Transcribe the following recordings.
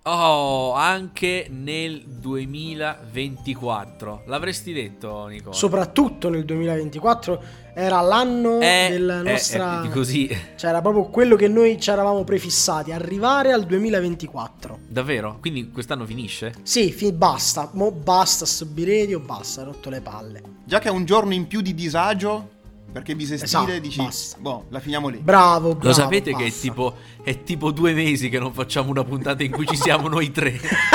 Oh, anche nel 2024. L'avresti detto, Nicola? Soprattutto nel 2024 era l'anno della nostra... così. Cioè era proprio quello che noi ci eravamo prefissati, arrivare al 2024. Davvero? Quindi quest'anno finisce? Sì, basta. Mo basta sto B-Radio, basta, rotto le palle. Già che è un giorno in più di disagio, perché bisestile, Esatto, dici, basta. boh, la finiamo lì. Bravo. Lo sapete basta. che è tipo 2 mesi che non facciamo una puntata in cui ci siamo noi tre.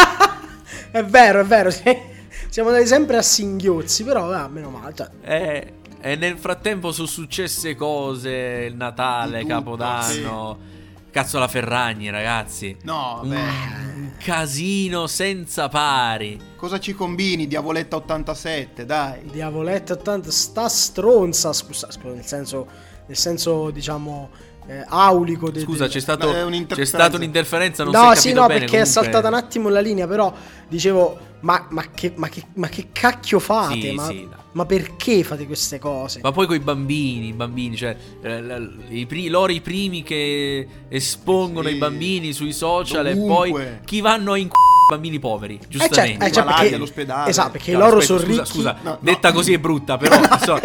È vero. Siamo andati sempre a singhiozzi, però meno male. Cioè. E nel frattempo sono successe cose, il Natale, Di tutto, Capodanno. Cazzo la Ferragni, ragazzi. No, Un casino senza pari. cosa ci combini, Diavoletta 87, dai. Diavoletta 80, sta stronza, scusa, nel senso diciamo aulico. Scusa, c'è No, è un'interferenza. stata un'interferenza, non No, si è sì, capito no, bene, perché è comunque. saltata un attimo la linea, però dicevo, ma che cacchio fate? Sì, ma, sì. ma perché fate queste cose? Ma poi coi bambini, cioè loro i primi che espongono Sì. i bambini sui social Dovunque. e poi chi vanno a bambini poveri, giustamente. Certo, Malati perché, all'ospedale. esatto, perché No, loro aspetta, sono ricchi. Scusa, No, detta no. così è brutta, però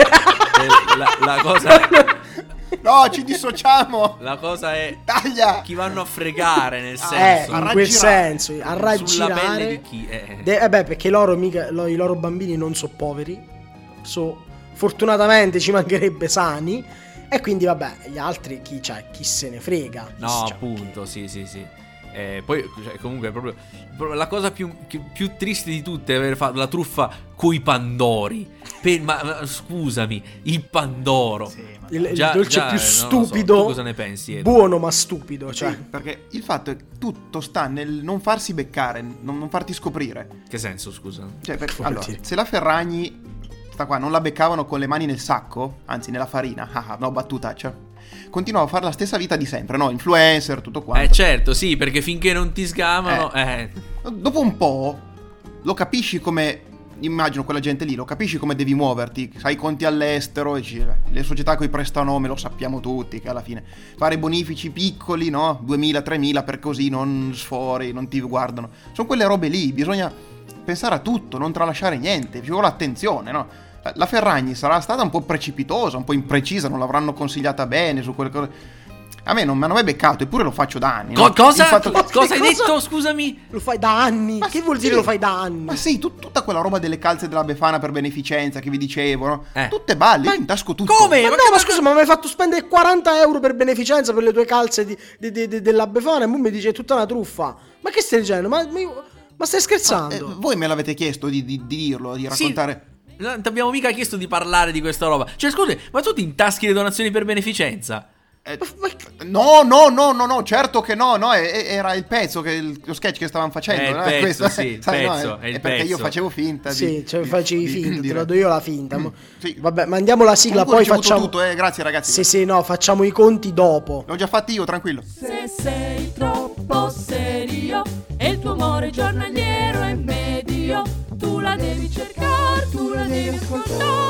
la cosa No, ci dissociamo. la cosa è Taglia. chi vanno a fregare, nel senso. In a quel raggirare. senso, a sulla raggirare. pelle di chi è. Perché loro i loro bambini non sono poveri, fortunatamente ci mancherebbe sani, e quindi vabbè, gli altri chi se ne frega. No, Cioè, appunto, sì. Poi cioè, comunque proprio la cosa più triste di tutte è aver fatto la truffa coi pandori. Ma scusami, il pandoro. Sì, ma il Già- dolce già, più non lo so, stupido, tu cosa ne pensi, Edo? buono ma stupido, cioè. sì, perché il fatto è che tutto sta nel non farsi beccare, non farti scoprire. Che senso, scusa? Cioè, Vuol allora, dire? se la Ferragni sta qua non la beccavano con le mani nel sacco, anzi nella farina, no, battutaccia, continuava a fare la stessa vita di sempre, no? Influencer, tutto quanto. Certo, sì, perché finché non ti sgamano, Dopo un po' lo capisci come, immagino quella gente lì, lo capisci come devi muoverti, sai i conti all'estero, e le società coi prestanome lo sappiamo tutti, che alla fine fare bonifici piccoli, no? 2000, 3000 per così non sfori, non ti guardano. Sono quelle robe lì, bisogna pensare a tutto, non tralasciare niente, ci vuole attenzione, no? La Ferragni sarà stata un po' precipitosa, un po' imprecisa, non l'avranno consigliata bene su quelle cose. A me non mi hanno mai beccato, eppure lo faccio da anni. No? Cosa? Il fatto che- Cosa hai detto? Scusami. Lo fai da anni? Ma Che vuol sì, dire lo fai da anni? Ma sì, tutta quella roba delle calze della Befana per beneficenza che vi dicevo, no? Eh. Tutte balle, io in tasco tutto. come? Ma no, ma scusa, ma mi hai fatto spendere 40 euro per beneficenza per le tue calze della Befana e mo mi dice è tutta una truffa. Ma che stai dicendo? Ma stai scherzando? Voi me l'avete chiesto di dirlo, di Sì. raccontare. Non ti abbiamo mica chiesto di parlare di questa roba. Cioè, scusi, ma tu ti intaschi le donazioni per beneficenza? No, certo che no, era il pezzo, lo sketch che stavamo facendo. Il no? pezzo, Questo, sì, il sai, no, pezzo, è il perché io pezzo. facevo finta Sì, cioè facevi finta, te dire. la do io la finta. Sì. Vabbè, mandiamo la sigla, Comunque ho poi ricevuto facciamo... tutto, grazie ragazzi. Sì, no, facciamo i conti dopo. L'ho già fatti io, tranquillo. Se sei troppo serio e il tuo amore giornaliero è medio, tu la devi cercare, tu la devi ascoltare.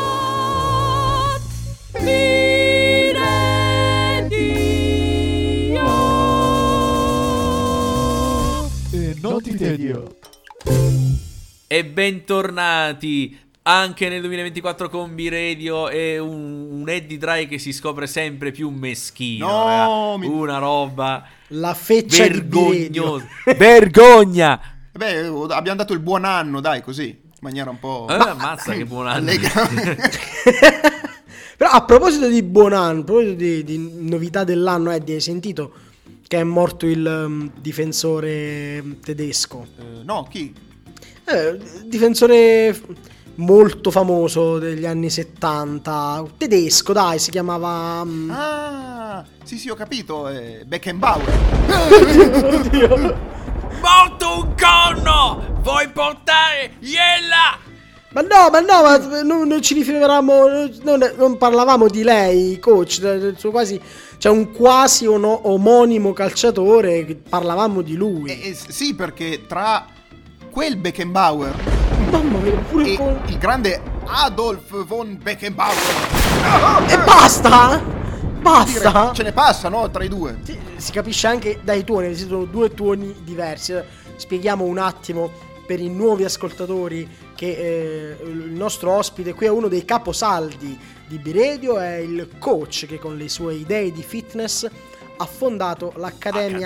Non ti tedio. E bentornati anche nel 2024 con B-Radio e un Eddie Dry che si scopre sempre più meschino. No, raga. Una roba La feccia di B-Radio. vergognosa. Vergogna! Beh, abbiamo dato il buon anno, dai, così, in maniera un po'... Ammazza che buon anno. Però a proposito di buon anno, a proposito di novità dell'anno, Eddie, hai sentito che è morto il difensore tedesco? No, chi? Difensore molto famoso degli anni 70, tedesco, dai, si chiamava... Ah, sì, ho capito, Beckenbauer. Morto un corno! Vuoi portare Iella? Ma non ci riferivamo, non parlavamo di lei, coach, c'è un quasi omonimo calciatore, che parlavamo di lui. Sì, perché tra quel Beckenbauer Mamma mia, pure e con... il grande Adolf von Beckenbauer. E basta! Basta! Ce ne passa, no? Tra i due. Si capisce anche dai tuoni, ci sono due tuoni diversi. spieghiamo un attimo per i nuovi ascoltatori che il nostro ospite qui è uno dei caposaldi di B-Radio, è il coach che con le sue idee di fitness ha fondato l'Accademia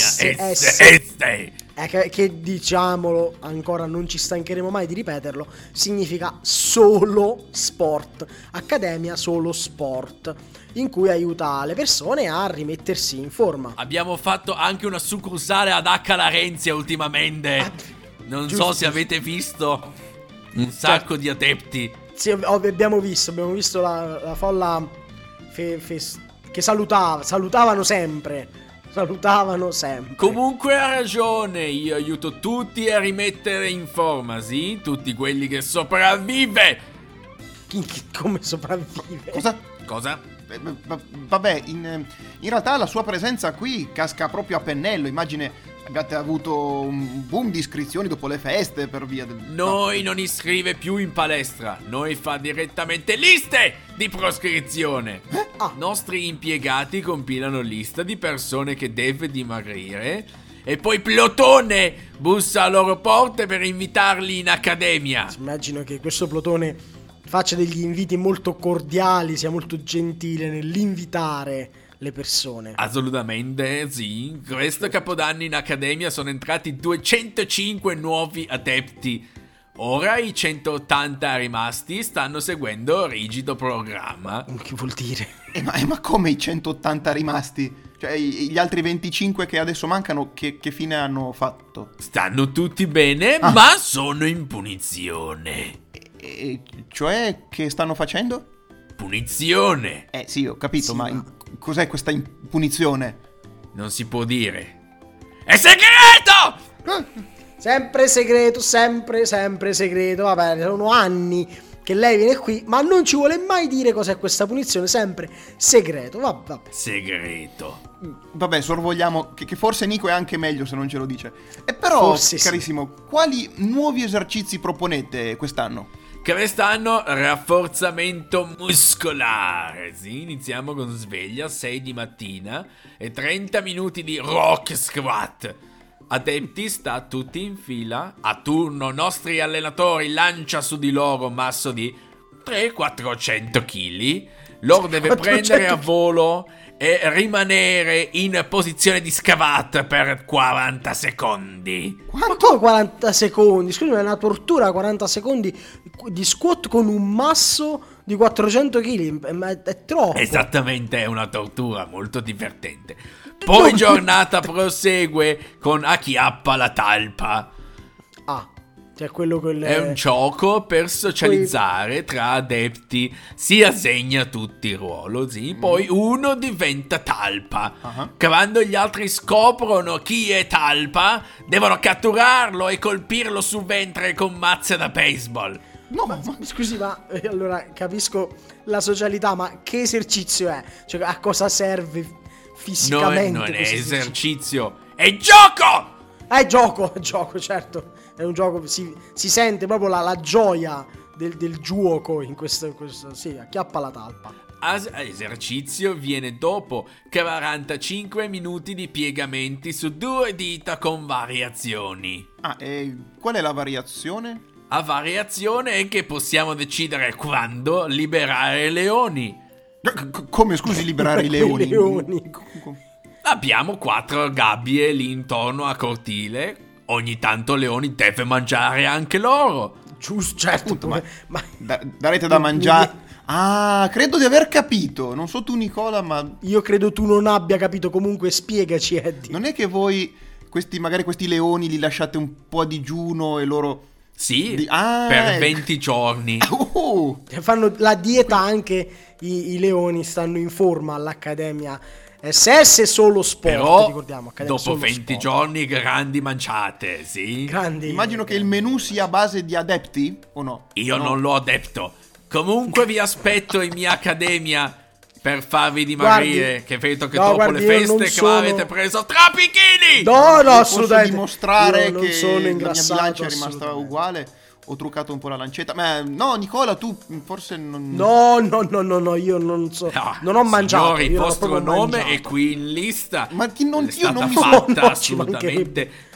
SS. Che diciamolo, ancora non ci stancheremo mai di ripeterlo, significa solo sport, Accademia solo sport, in cui aiuta le persone a rimettersi in forma. Abbiamo fatto anche una succursale ad H. Larenzia ultimamente. Non so se avete visto un sacco di adepti. Sì, abbiamo visto la folla che salutavano sempre. Comunque ha ragione, io aiuto tutti a rimettere in forma, sì? Tutti quelli che sopravvive. Come sopravvive? Cosa? Vabbè, in realtà la sua presenza qui casca proprio a pennello. Immagine abbiate avuto un boom di iscrizioni dopo le feste per via del... Noi non iscrive più in palestra, noi fa direttamente liste di proscrizione. Nostri impiegati compilano lista di persone che deve dimagrire e poi Plotone bussa a loro porte per invitarli in accademia. Immagino che questo Plotone faccia degli inviti molto cordiali, sia molto gentile nell'invitare le persone. Assolutamente sì. Questo capodanno in accademia sono entrati 205 nuovi adepti. Ora i 180 rimasti stanno seguendo rigido programma. Che vuol dire? Ma come i 180 rimasti? Cioè gli altri 25 che adesso mancano che fine hanno fatto? Stanno tutti bene, ma sono in punizione. Cioè che stanno facendo? Punizione. Sì, ho capito, sì, ma cos'è questa punizione? Non si può dire. È segreto! Sempre segreto. Vabbè, sono anni che lei viene qui, ma non ci vuole mai dire cos'è questa punizione, sempre segreto. Vabbè. Segreto. Vabbè, sorvogliamo che forse Nico è anche meglio se non ce lo dice. E però, forse carissimo, quali nuovi esercizi proponete quest'anno? Quest'anno rafforzamento muscolare. Sì, iniziamo con sveglia 6 di mattina e 30 minuti di rock squat. Adepti, sta tutti in fila. A turno nostri allenatori lancia su di loro un masso di 300-400 kg. Loro deve prendere a volo e rimanere in posizione di scavat per 40 secondi. Quanto? 40 secondi? Scusami, è una tortura 40 secondi di squat con un masso di 400 kg. È troppo. Esattamente, è una tortura molto divertente. Poi giornata prosegue con acchiappa la talpa. Cioè quello è un gioco per socializzare tra adepti. Si assegna tutti il ruolo, sì. Poi uno diventa talpa. Quando gli altri scoprono chi è talpa, devono catturarlo e colpirlo sul ventre con mazze da baseball. No, ma scusi, ma allora capisco la socialità, ma che esercizio è? Cioè a cosa serve fisicamente? Non è esercizio, è gioco! È gioco, certo. È un gioco, si sente proprio la gioia del gioco in questo. Sì, acchiappa la talpa. L'esercizio viene dopo 45 minuti di piegamenti su 2 dita con variazioni. E qual è la variazione? La variazione è che possiamo decidere quando liberare i leoni. Come, scusi, liberare i leoni? Abbiamo 4 gabbie lì intorno a cortile. Ogni tanto leoni deve mangiare anche loro. Giusto, certo. Appunto, ma darete da mangiare. Credo di aver capito. Non so tu, Nicola, ma io credo tu non abbia capito. Comunque spiegaci, Eddie. Non è che voi magari questi leoni li lasciate un po' a digiuno e loro... Sì, per 20 giorni. Fanno la dieta anche i leoni, stanno in forma all'Accademia SS solo sport. Però ricordiamo, dopo 20 sport. Giorni grandi manciate, sì. Grandi. Immagino che il menù sia a base di adepti, o no? Io non l'ho adepto. Comunque vi aspetto in mia accademia per farvi dimagrire. Che vedo che dopo le feste che avete preso troppi chili. No, assolutamente. Posso dimostrare che la mia bilancia è rimasta uguale. Ho truccato un po' la lancetta. Ma no, Nicola, tu forse non... No, io non so. Non ho mangiato. Signori, il vostro nome è qui in lista. Ma io non fatta assolutamente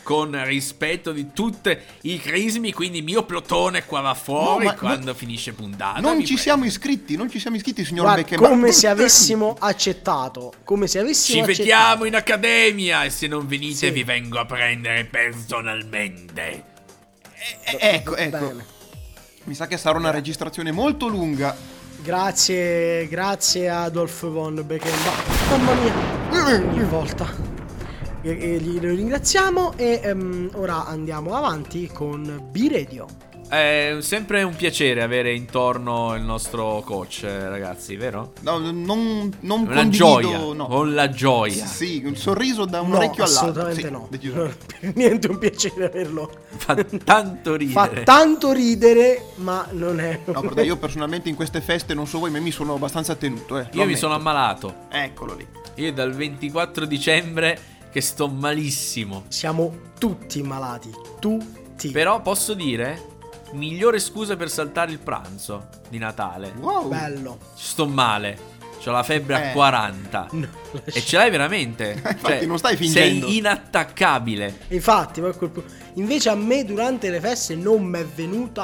con rispetto di tutti i crismi, quindi mio plotone qua va fuori quando finisce puntata. Non ci siamo iscritti, signor Guarda, Beckenbauer. come se avessimo accettato. Ci vediamo in accademia e se non venite Sì. vi vengo a prendere personalmente. Ecco. Bene. Mi sa che sarà una registrazione molto lunga. Grazie Adolf von Beckenbauer. Mamma mia, ogni volta. E lo ringraziamo e ora andiamo avanti con B-Radio. È sempre un piacere avere intorno il nostro coach, ragazzi, vero? No, non Una condivido, gioia, no. con la gioia. Sì, un sorriso da un No, orecchio all'altro. assolutamente Sì, no. decisamente. Per niente un piacere averlo. Fa tanto ridere. Fa tanto ridere, ma non è. No, guarda, io personalmente in queste feste, non so voi, ma mi sono abbastanza tenuto. Io mi sono ammalato. Eccolo lì. Io dal 24 dicembre che sto malissimo. Siamo tutti malati. Tutti. Però posso dire, migliore scusa per saltare il pranzo di Natale. Wow. Bello. Sto male. C'ho la febbre a 40. No, E ce l'hai veramente. Infatti non stai fingendo. Sei inattaccabile. Infatti, invece a me durante le feste non mi è venuta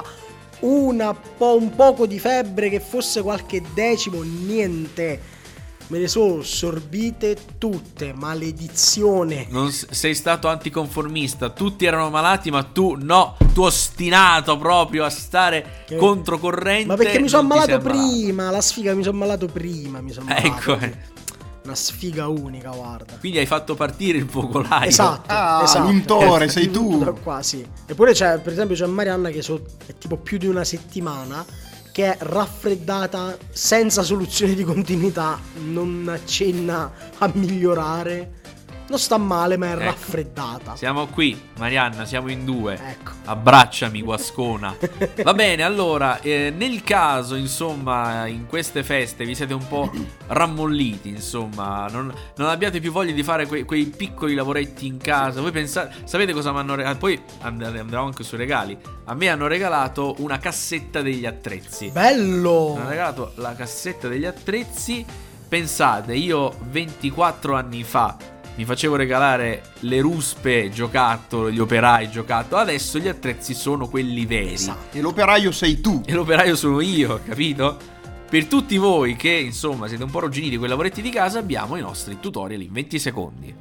un poco di febbre, che fosse qualche decimo, niente. Me le sono sorbite tutte, maledizione. Sei stato anticonformista. Tutti erano malati, ma tu no. Tu ostinato proprio a stare controcorrente. Ma perché mi sono non ti ammalato sei ammalato. prima, la sfiga, mi sono ammalato prima, Ecco. Una sfiga unica, guarda. Quindi hai fatto partire il focolaio. Esatto. l'untore, sei tu. Da qua, sì. Eppure c'è, per esempio, c'è Marianna che è tipo più di una settimana che è raffreddata senza soluzione di continuità, non accenna a migliorare. Non sta male, ma è raffreddata. Siamo qui, Marianna, siamo in due. Ecco. Abbracciami, guascona. Va bene, allora, nel caso, insomma, in queste feste vi siete un po' rammolliti, insomma, non abbiate più voglia di fare quei piccoli lavoretti in casa. Voi pensate, sapete cosa mi hanno regalato? Poi andremo anche sui regali. A me hanno regalato una cassetta degli attrezzi. Bello! Mi hanno regalato la cassetta degli attrezzi. Pensate, io 24 anni fa mi facevo regalare le ruspe giocattolo, gli operai giocattolo. Adesso gli attrezzi sono quelli veri. Esatto. E l'operaio sei tu. E l'operaio sono io, capito? Per tutti voi che, insomma, siete un po' arrugginiti di quei lavoretti di casa, abbiamo i nostri tutorial in 20 secondi.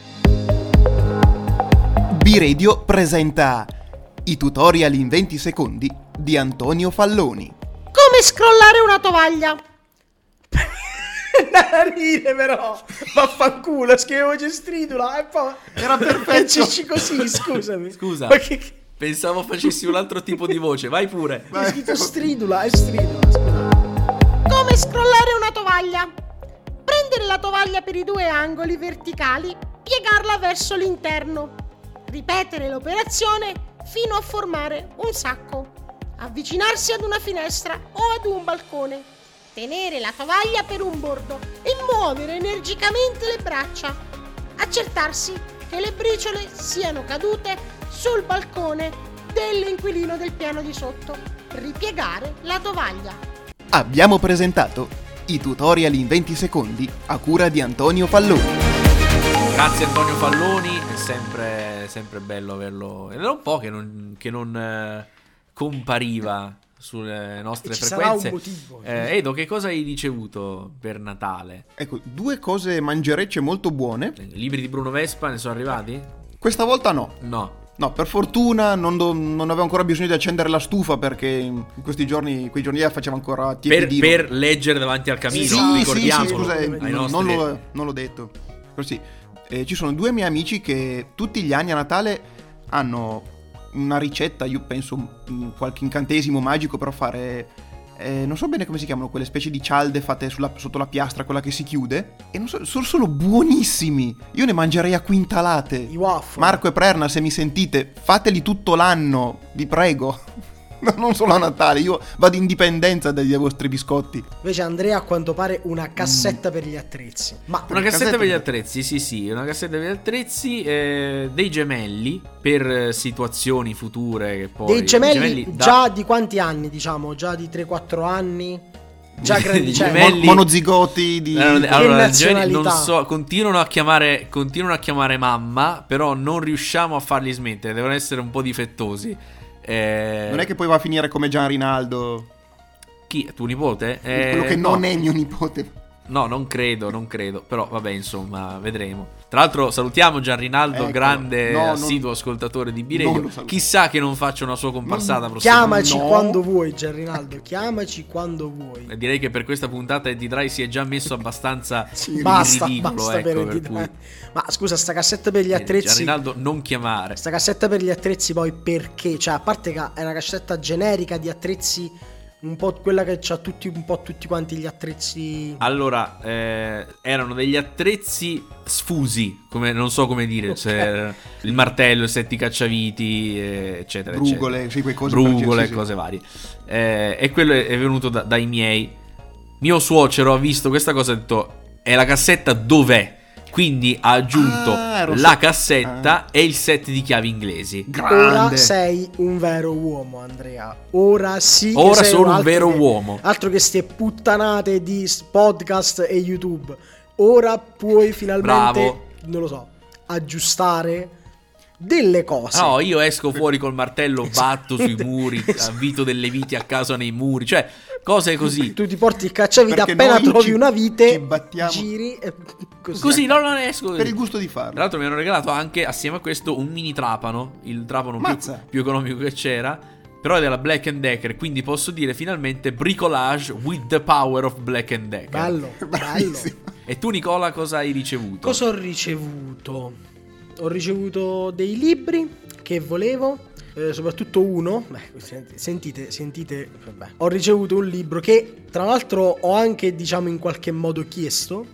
B-Radio presenta i tutorial in 20 secondi di Antonio Falloni. Come scrollare una tovaglia? Da ridere, però. Vaffanculo, scrivevo gestridula e poi Era perfetto. Cicci così, scusami. Scusa, Ma che pensavo facessi un altro tipo di voce. Vai pure. è scritto stridula, è stridula, scusa. Come scrollare una tovaglia? Prendere la tovaglia per i due angoli verticali, piegarla verso l'interno. Ripetere l'operazione fino a formare un sacco. Avvicinarsi ad una finestra o ad un balcone. Tenere la tovaglia per un bordo e muovere energicamente le braccia. Accertarsi che le briciole siano cadute sul balcone dell'inquilino del piano di sotto. Ripiegare la tovaglia. Abbiamo presentato i tutorial in 20 secondi a cura di Antonio Falloni. Grazie Antonio Falloni, è sempre bello averlo. Era un po' che non compariva sulle nostre E ci frequenze. sarà un motivo. Edo, che cosa hai ricevuto per Natale? Ecco, due cose mangerecce molto buone. Libri di Bruno Vespa ne sono arrivati? Questa volta no. No, Per fortuna non avevo ancora bisogno di accendere la stufa, perché in quei giorni faceva ancora tiepidino. per leggere davanti al camino, Sì, ricordiamolo. scusa, ai nostri- non l'ho detto. Così, ci sono due miei amici che tutti gli anni a Natale hanno una ricetta, io penso qualche incantesimo magico per fare, non so bene come si chiamano, quelle specie di cialde fatte sotto la piastra, quella che si chiude, e non so, sono buonissimi. Io ne mangerei a quintalate. I waffle. Marco e Prerna, se mi sentite, fateli tutto l'anno, vi prego. Non solo a Natale, io vado in dipendenza dai vostri biscotti. Invece Andrea, a quanto pare, una cassetta per gli attrezzi. Ma Una cassetta per gli attrezzi, sì, una cassetta per gli attrezzi, dei gemelli per situazioni future che poi... dei gemelli da- già di quanti anni, diciamo? Già di 3-4 anni? già grandicelli. gemelli- monozigoti di... Allora, i gemelli non nazionalità? so, continuano a chiamare mamma, però non riusciamo a farli smettere, devono essere un po' difettosi. Non è che poi va a finire come Gian Rinaldo, Chi? Tuo nipote? quello che no. non è mio nipote. No, non credo, però vabbè, insomma, vedremo. Tra l'altro salutiamo Gian Rinaldo, Eccolo. grande No, assiduo ascoltatore di non B-Radio. lo saluto. Chissà che non faccia una sua comparsata prossima. Chiamaci No. quando vuoi, Gerrinaldo. Chiamaci quando vuoi. Direi che per questa puntata Eddie Dry si è già messo abbastanza in Basta, ridicolo, basta ecco, per per Eddie cui- Dry. Ma scusa, sta cassetta per gli attrezzi. Gian Rinaldo non chiamare. Sta cassetta per gli attrezzi poi perché? Cioè, a parte che è una cassetta generica di attrezzi, un po' quella che c'ha tutti quanti gli attrezzi. Allora, erano degli attrezzi sfusi, come non so come dire, cioè, il martello, i 7 cacciaviti, eccetera, Brugole, eccetera. sì, quelle cose Brugole, per- sì, sì. cose varie. E quello è venuto dai miei. Mio suocero ha visto questa cosa e ha detto: "E la cassetta dov'è?" Quindi ha aggiunto ero la so- cassetta e il set di chiavi inglesi. Ora Grande. sei un vero uomo, Andrea. Ora sì che Ora sei sono un altro vero che- uomo. Altro che ste puttanate di podcast e YouTube. Ora puoi finalmente, Bravo. non lo so, aggiustare delle cose. No, io esco fuori col martello, batto sui muri, avvito delle viti a caso nei muri, cioè cose così. Tu ti porti il cacciavite, Perché appena noi trovi ci- una vite, ci battiamo. giri e così. Così, no, non esco così. Per il gusto di Tra farlo. l'altro mi hanno regalato anche assieme a questo un mini trapano, il trapano Mazza. più economico che c'era, però è della Black & Decker, quindi posso dire finalmente bricolage with the power of Black & Decker. Bello, bello. Bravissimo. E tu Nicola cosa hai ricevuto? Cosa ho ricevuto? Ho ricevuto dei libri che volevo, soprattutto uno. Sentite, vabbè. Ho ricevuto un libro che tra l'altro ho anche, diciamo, in qualche modo chiesto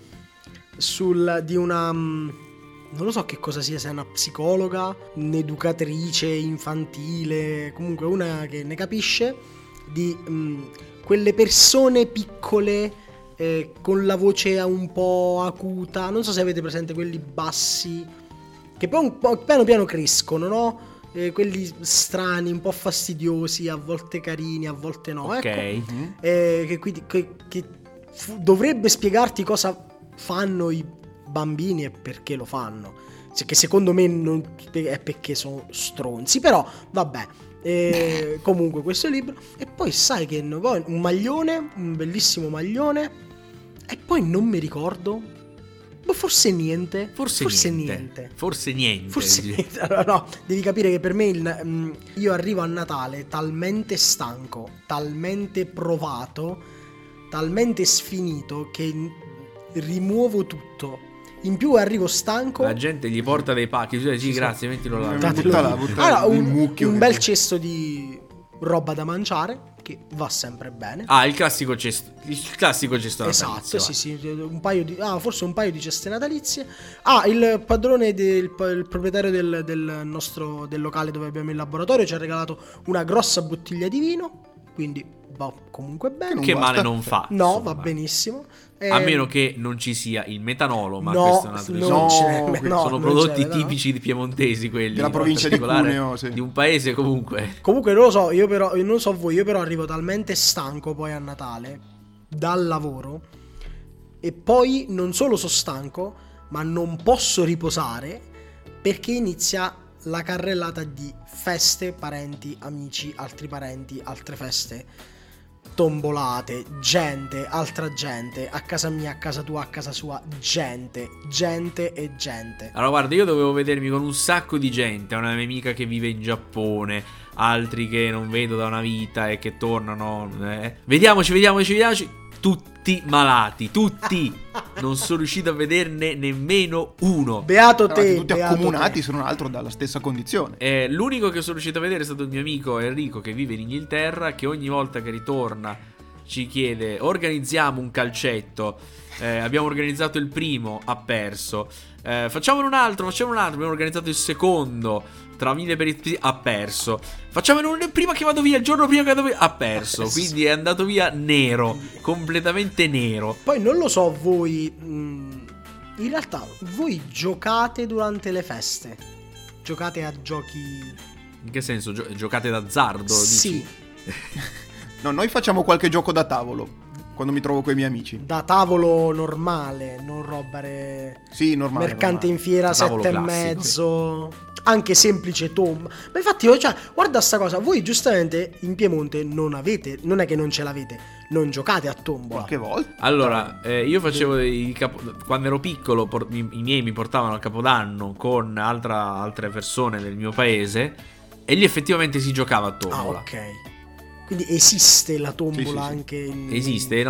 di una non lo so che cosa sia, se è una psicologa, un'educatrice infantile, comunque una che ne capisce di quelle persone piccole con la voce un po' acuta. Non so se avete presente quelli bassi che poi un po' piano piano crescono, no? Quelli strani, un po' fastidiosi, a volte carini, a volte no. Ok. Ecco. Che dovrebbe spiegarti cosa fanno i bambini e perché lo fanno. Che secondo me non è perché sono stronzi, però vabbè. Comunque questo libro. E poi sai che poi un maglione, un bellissimo maglione. E poi non mi ricordo. Forse niente. Forse niente. Forse niente. Forse dici. niente. Allora, no, devi capire che per me io arrivo a Natale talmente stanco, talmente provato, talmente sfinito che rimuovo tutto. In più arrivo stanco. La gente gli porta dei pacchi, tu dici, sì, grazie, mettilo là. Butta là, butta là, Allora, il mucchio un che bel fa. cesto di roba da mangiare che va sempre bene. Ah, il classico cesto Esatto, natalizio, sì, va. sì, forse un paio di ceste natalizie. Il padrone il proprietario del locale dove abbiamo il laboratorio ci ha regalato una grossa bottiglia di vino, quindi va comunque bene. Che guasta. male non fa. No, insomma. va benissimo. A meno che non ci sia il metanolo, ma no, questo è un altro non discorso. c'è, No, Sono non prodotti c'è, no. tipici di piemontesi quelli, Della in provincia di particolare Cuneo, sì. di un paese comunque. Comunque non lo so, io non so voi, io però arrivo talmente stanco poi a Natale dal lavoro e poi non solo sono stanco, ma non posso riposare perché inizia la carrellata di feste, parenti, amici, altri parenti, altre feste, tombolate, gente, altra gente, a casa mia, a casa tua, a casa sua, gente e gente. Allora guarda, io dovevo vedermi con un sacco di gente, una mia amica che vive in Giappone, altri che non vedo da una vita e che tornano, vediamoci, tutti malati, tutti. Non sono riuscito a vederne nemmeno uno. Beato Eravate te, tutti beato accomunati, te. se non altro, dalla stessa condizione. L'unico che sono riuscito a vedere è stato il mio amico Enrico che vive in Inghilterra, che ogni volta che ritorna ci chiede organizziamo un calcetto. Abbiamo organizzato il primo, ha perso. Facciamone un altro, abbiamo organizzato il secondo. Tra mille periodi ha perso. Facciamone uno prima che vado via, il giorno prima che vado via, ha perso. Quindi è andato via nero, completamente nero. Poi non lo so voi, in realtà voi giocate durante le feste? Giocate a giochi? In che senso? Giocate d'azzardo? Sì. Dici? No, noi facciamo qualche gioco da tavolo. quando mi trovo con i miei amici. Da tavolo normale, non roba Sì, normale. mercante normale. in fiera, Tavolo 7,5. Anche semplice tomba. Ma infatti, cioè, guarda sta cosa. Voi giustamente in Piemonte non è che non ce l'avete, non giocate a tombola. Qualche volta. Allora, io facevo quando ero piccolo, i miei mi portavano al Capodanno con altre persone del mio paese e lì effettivamente si giocava a Ah, tombola. ok. Quindi esiste la tombola Sì. anche in... Esiste,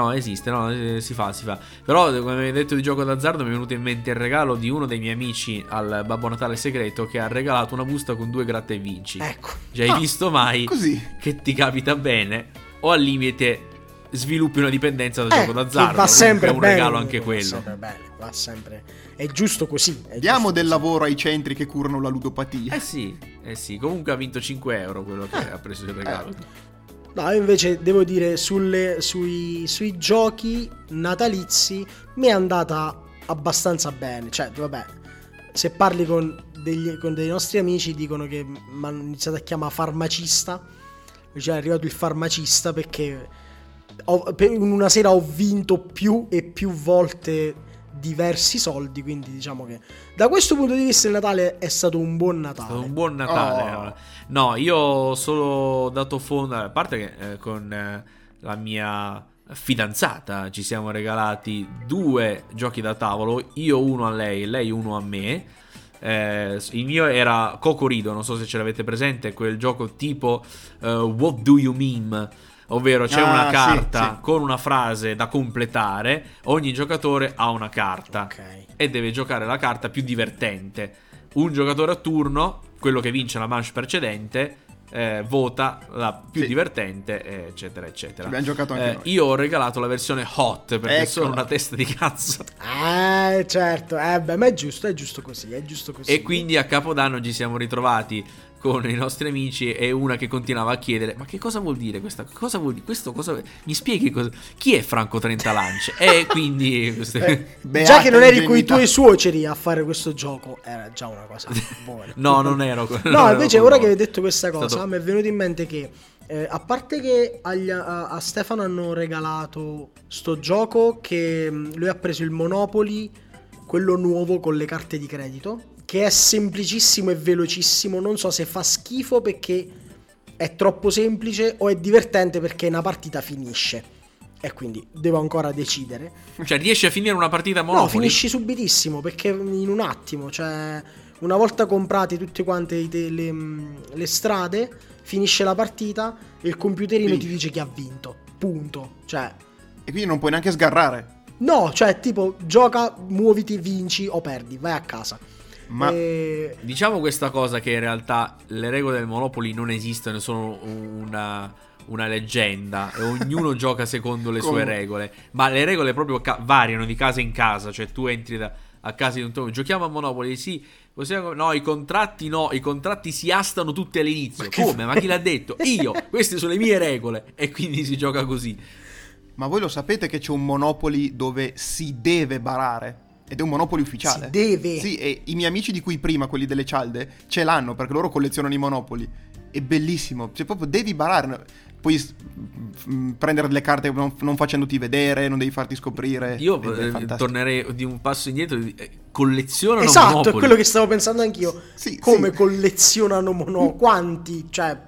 si fa. Però, come mi hai detto di gioco d'azzardo, mi è venuto in mente il regalo di uno dei miei amici al Babbo Natale segreto che ha regalato una busta con 2 gratta e vinci. Ecco. Già hai visto mai Così. che ti capita bene o al limite sviluppi una dipendenza da gioco d'azzardo? Che va sempre è un bene, regalo anche va quello. sempre bene, va sempre. È giusto così. Diamo del lavoro ai centri che curano la ludopatia. Eh sì. Comunque ha vinto 5 euro quello che ha preso il regalo. No, io invece devo dire sui giochi natalizi mi è andata abbastanza bene. Cioè, vabbè, se parli con dei nostri amici dicono che mi hanno iniziato a chiamare farmacista. Cioè è arrivato il farmacista perché in una sera ho vinto più e più volte diversi soldi, quindi diciamo che da questo punto di vista il Natale è stato un buon Natale. È stato un buon Natale. Oh. No, io ho solo dato fondo, a parte che con la mia fidanzata ci siamo regalati 2 giochi da tavolo, io uno a lei e lei uno a me. Il mio era Cocorido, non so se ce l'avete presente, quel gioco tipo What Do You Mean? Ovvero c'è una carta sì. con una frase da completare, ogni giocatore ha una carta Ok. e deve giocare la carta più divertente. Un giocatore a turno, quello che vince la manche precedente, vota la più Sì. divertente, eccetera eccetera. Abbiamo giocato anche noi. Io ho regalato la versione hot perché Eccola. sono una testa di cazzo. Certo, beh, ma è giusto così, E quindi a Capodanno ci siamo ritrovati con i nostri amici e una che continuava a chiedere: ma che cosa vuol dire questa? Cosa vuol dire questo? Mi spieghi cosa? Chi è Franco Trentalance? E quindi già che non eri con i ingenuità. tuoi suoceri a fare questo gioco, era già una cosa buona. No, non ero. No, invece ero ora con che hai loro. detto questa cosa Stato- mi è venuto in mente che a parte che a Stefano hanno regalato sto gioco che lui ha preso il Monopoly, quello nuovo con le carte di credito, che è semplicissimo e velocissimo, non so se fa schifo perché è troppo semplice o è divertente perché una partita finisce e quindi devo ancora decidere. Cioè, riesci a finire una partita a No, Monopoly? finisci subitissimo perché in un attimo, cioè una volta comprate tutte quante le strade, finisce la partita e il computerino ti dice chi ha vinto. Punto. Cioè, E quindi non puoi neanche sgarrare. no, cioè tipo gioca, muoviti, vinci o perdi, vai a casa. Ma Diciamo questa cosa, che in realtà le regole del Monopoly non esistono, sono una leggenda e ognuno gioca secondo le sue Come? regole, ma le regole proprio variano di casa in casa. Cioè tu entri a casa di un tuo, giochiamo a Monopoly, sì, possiamo, no, i contratti si astano tutti all'inizio. Come? Ma chi l'ha detto? Io, queste sono le mie regole e quindi si gioca così. Ma voi lo sapete che c'è un Monopoly dove si deve barare? Ed è un Monopoly ufficiale. Si deve. Sì, e i miei amici di cui prima, quelli delle cialde, ce l'hanno perché loro collezionano i Monopoly. È bellissimo. Cioè proprio devi barare. Puoi prendere delle carte non facendoti vedere, non devi farti scoprire. Io Ed è fantastico. tornerei di un passo indietro, collezionano esatto, è Monopoly. quello che stavo pensando anch'io. Sì, Come sì. collezionano quanti? Cioè,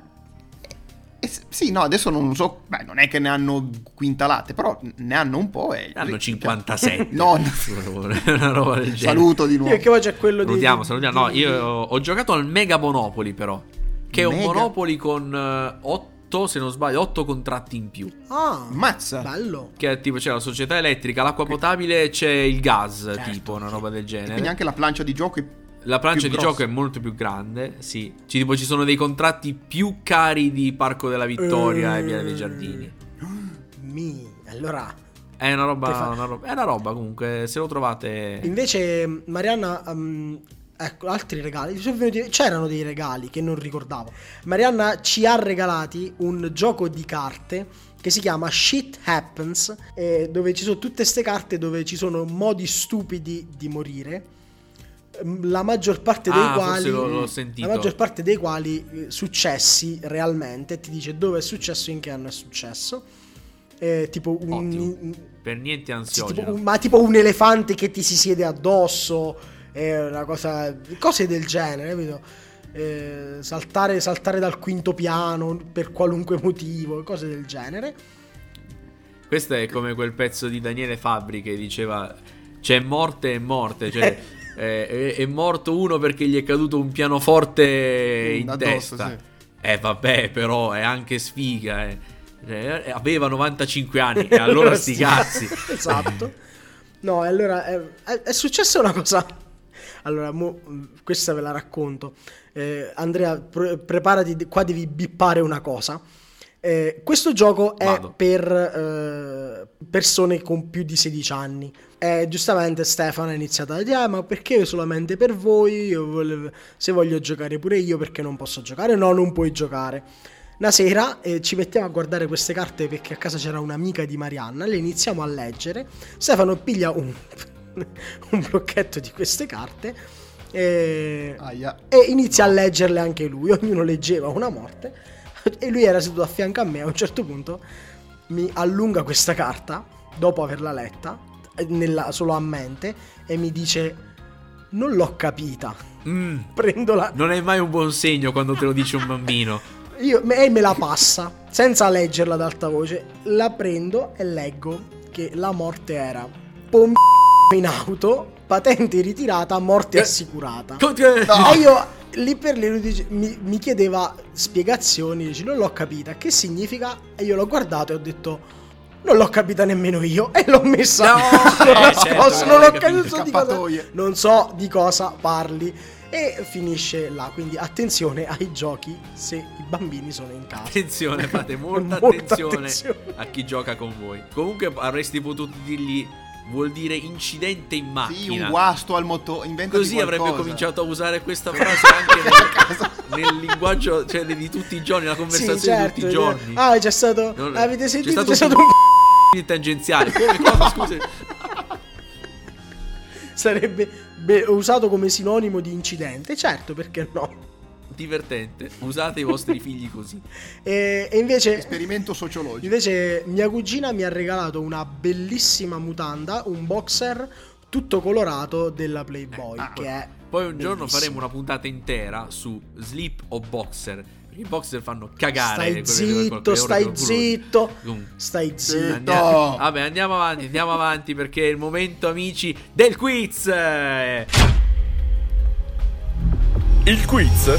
Sì, no, adesso non so. Beh, non è che ne hanno quintalate, però ne hanno un po'. E Hanno 57. No, una roba del genere. saluto di nuovo. perché poi c'è quello Salutiamo. No, io ho giocato al Mega Monopoly, però. Che è un Mega? Monopoly con 8, se non sbaglio, 8 contratti in più. Ah, Mazza. bello. Che è tipo c'è la società elettrica, l'acqua potabile, c'è il gas, Certo, tipo una roba del genere. Quindi anche la plancia di gioco è La plancia più di grossa. gioco è molto più grande, sì. Ci sono dei contratti più cari di Parco della Vittoria e Viale dei Giardini. Allora, È una roba, Che fa- è una roba comunque, se lo trovate. invece Marianna, ecco, altri regali. C'erano dei regali che non ricordavo. Marianna ci ha regalati un gioco di carte che si chiama Shit Happens, dove ci sono tutte ste carte dove ci sono modi stupidi di morire. La maggior parte dei Forse quali l'ho sentito. la maggior parte dei quali successi realmente, ti dice dove è successo, in che anno è successo. tipo per niente ansiogeno. ma tipo un elefante che ti si siede addosso, una cosa, cose del genere, capito? Saltare dal quinto piano per qualunque motivo, cose del genere. Questo è come quel pezzo di Daniele Fabbri che diceva c'è morte e morte, cioè è morto uno perché gli è caduto un pianoforte in addosso, testa. sì. Vabbè, però è anche sfiga, Cioè, aveva 95 anni e allora sti cazzi. Esatto. No, e allora è successa una cosa. Allora, questa ve la racconto. Andrea, preparati, qua devi bippare una cosa. Questo gioco è per persone con più di 16 anni. Giustamente Stefano ha iniziato a dire: ma perché solamente per voi? Se voglio giocare pure io, perché non posso giocare? No, non puoi giocare. Una sera ci mettiamo a guardare queste carte perché a casa c'era un'amica di Marianna. Le iniziamo a leggere. Stefano piglia un blocchetto di queste carte e inizia a leggerle anche lui. Ognuno leggeva una morte e lui era seduto a fianco a me. A un certo punto mi allunga questa carta dopo averla letta solo a mente e mi dice: non l'ho capita. Prendola. Non è mai un buon segno quando te lo dice un bambino. E me la passa senza leggerla ad alta voce. La prendo e leggo che la morte era in auto, patente ritirata, morte assicurata. No. E io lì per lì lui mi chiedeva spiegazioni, dice: non l'ho capita, che significa? E io l'ho guardato e ho detto: non l'ho capita nemmeno io, e l'ho messa non so di cosa parli. E finisce là, quindi attenzione ai giochi se i bambini sono in casa. Attenzione, fate molta attenzione a chi gioca con voi. Comunque avresti potuto dirgli: vuol dire incidente in macchina. Sì, un guasto al motore. Così avrebbe cominciato a usare questa frase anche nel linguaggio, cioè di tutti i giorni, la conversazione, sì, certo, di tutti i giorni. Ah, c'è stato. Avete sentito? C'è stato un tangenziale. Come cosa, scusa? Sarebbe usato come sinonimo di incidente. Certo, perché no? Divertente. Usate i vostri figli così. E invece esperimento sociologico. Invece mia cugina mi ha regalato una bellissima mutanda, un boxer tutto colorato della Playboy, che è poi un giorno bellissimo. faremo una puntata intera su slip o boxer. I boxer fanno cagare. Stai zitto. Vabbè, andiamo avanti perché è il momento, amici, del quiz. Il quiz.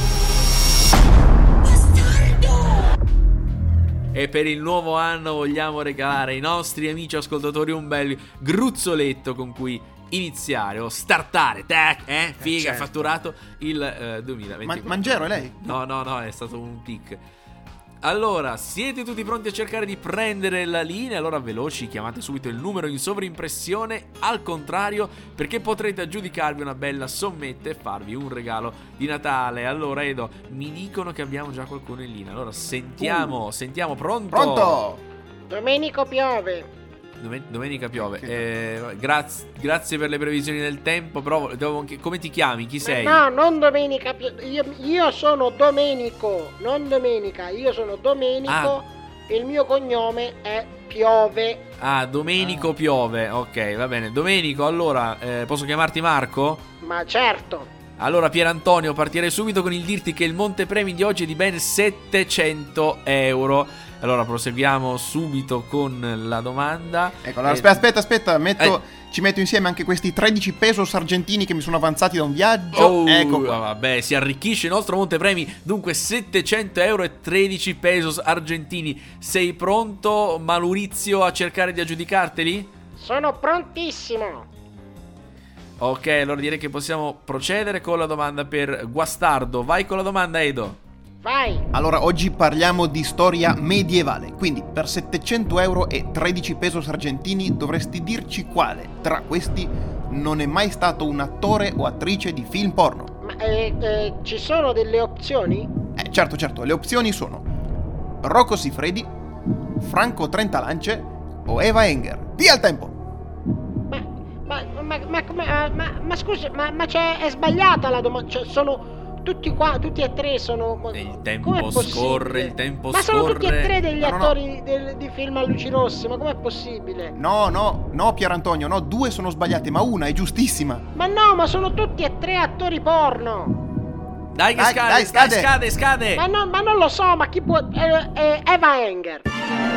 E per il nuovo anno vogliamo regalare ai nostri amici ascoltatori un bel gruzzoletto con cui iniziare o startare, figa, certo. Fatturato il 2024. Mangero è lei? No, è stato un tic. Allora, siete tutti pronti a cercare di prendere la linea? Allora veloci, chiamate subito il numero in sovrimpressione al contrario, perché potrete aggiudicarvi una bella sommetta e farvi un regalo di Natale. Allora Edo, mi dicono che abbiamo già qualcuno in linea. Allora sentiamo, pronto? Domenico piove. Domenica piove. Grazie per le previsioni del tempo. Però come ti chiami? Chi sei? No, non Domenica. Io sono Domenico, non Domenica. Io sono Domenico. E il mio cognome è Piove. Domenico Piove. Ok, va bene. Domenico, allora posso chiamarti Marco? Ma certo. Allora Pierantonio, partirei subito con il dirti che il montepremi di oggi è di ben 700 euro. Allora proseguiamo subito con la domanda. Ecco, allora, aspetta, ci metto insieme anche questi 13 pesos argentini che mi sono avanzati da un viaggio. Ecco qua. Vabbè, si arricchisce il nostro montepremi. Dunque 700 euro e 13 pesos argentini. Sei pronto, Maurizio, a cercare di aggiudicarteli? Sono prontissimo. Ok, allora direi che possiamo procedere con la domanda per Guastardo. Vai con la domanda, Edo. Vai. Allora, oggi parliamo di storia medievale. Quindi per 700 euro e 13 pesos argentini dovresti dirci quale tra questi non è mai stato un attore o attrice di film porno. Ma ci sono delle opzioni? Certo, le opzioni sono Rocco Siffredi, Franco Trentalance o Eva Enger. Via il tempo. Ma scusi, ma è sbagliata la domanda. Cioè, sono tutti e tre sono... Il com'è tempo possibile? scorre, il tempo Ma sono tutti e scorre. tre degli No, no, no. attori di film a luci rosse, ma com'è possibile? No, Pier Antonio, no, 2 sono sbagliate, ma una è giustissima. Ma no, ma sono tutti e tre attori porno. Dai che Dai, scade, scade. scade. Ma non lo so, ma chi può... Eva Enger. Che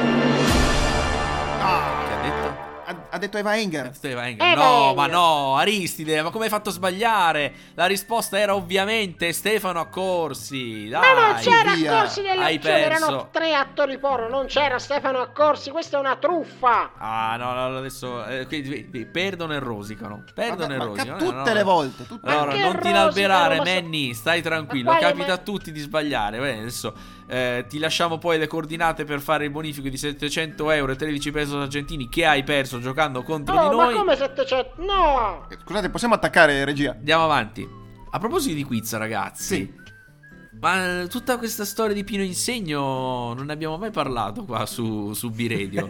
ha detto? Ha detto Eva Enger. No, Enger. ma no, Aristide, ma come hai fatto a sbagliare? La risposta era ovviamente Stefano Accorsi. Dai. Ma non c'era via. Accorsi Hai nell'azione, erano perso. 3 attori porno, non c'era Stefano Accorsi, questa è una truffa. Ah, no, adesso quindi perdono e rosicano. Perdono e Ma rosicano. tutte le volte. Allora, Ma che non ti rosicano, inalberare, ma so- Manny, stai tranquillo. Ma quale Capita a ma- tutti di sbagliare. Beh, adesso ti lasciamo poi le coordinate per fare il bonifico di 700 euro e 13 pesos argentini che hai perso giocando contro di Oh, ma noi. come 700? No! Scusate, possiamo attaccare, regia? Andiamo avanti. A proposito di quiz, ragazzi. Sì. Ma tutta questa storia di Pino Insegno non ne abbiamo mai parlato qua su B-Radio.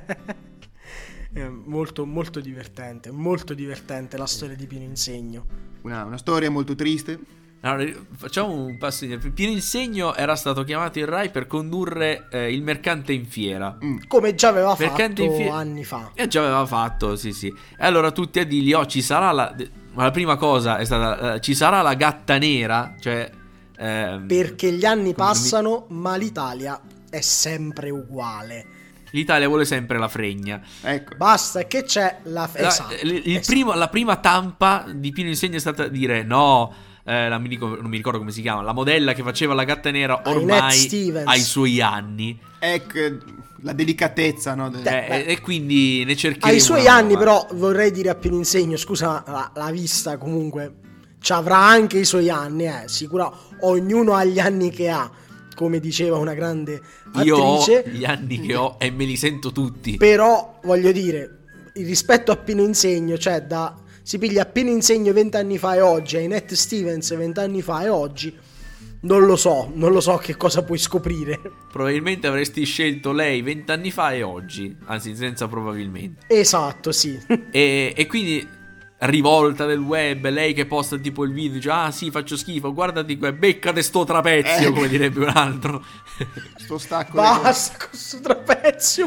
Molto divertente la storia di Pino Insegno. Una storia molto triste. Allora, facciamo un passo indietro. Pino Insegno era stato chiamato in Rai per condurre Il mercante in fiera. Come già aveva Mercante fatto in anni fa. E già aveva fatto, sì. E allora tutti a dirgli, ci sarà ma la prima cosa è stata, ci sarà la gatta nera, cioè... Perché gli anni passano, ma l'Italia è sempre uguale. L'Italia vuole sempre la fregna. Ecco. Basta che c'è esatto. La prima tampa di Pino Insegno è stata dire no... non mi ricordo come si chiama. La modella che faceva la gatta nera ormai ha i suoi anni. Ecco, la delicatezza, no? E quindi ne cercheremo. Ai suoi anni, però, vorrei dire a Pino Insegno, scusa, la vista comunque ci avrà anche i suoi anni, sicuro. Ognuno ha gli anni che ha, come diceva una grande attrice. Io ho gli anni che ho e me li sento tutti. Però, voglio dire, rispetto a Pino Insegno, cioè si piglia Pino Insegno 20 anni fa e oggi, a Net Stevens 20 anni fa e oggi, non lo so che cosa puoi scoprire. Probabilmente avresti scelto lei 20 anni fa e oggi, anzi senza probabilmente. Esatto, sì. E quindi rivolta del web, lei che posta tipo il video, dice ah sì faccio schifo, guardati qua, beccate sto trapezio, come direbbe un altro. Sto stacco. Basta con questo trapezio.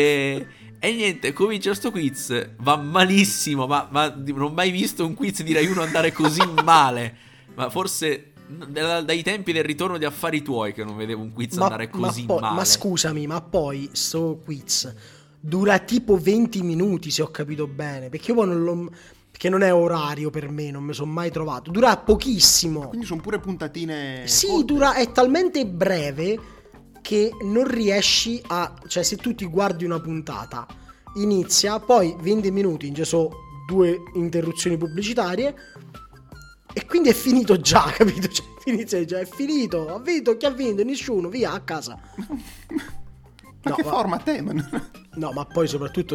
E niente, comincia sto quiz, va malissimo, ma non ho mai visto un quiz di Rai 1 andare così male. Ma forse dai tempi del ritorno di Affari Tuoi che non vedevo un quiz andare così male. Ma scusami, ma poi sto quiz dura tipo 20 minuti, se ho capito bene, perché io poi perché non è orario per me, non mi sono mai trovato. Dura pochissimo. Quindi sono pure puntatine. Sì, corte. è talmente breve che non riesci cioè se tu ti guardi una puntata inizia, poi 20 minuti ci sono 2 interruzioni pubblicitarie e quindi è finito già, capito? Cioè inizia già, è finito, ha vinto, chi ha vinto? Nessuno, via a casa. Ma che format è? No, ma poi soprattutto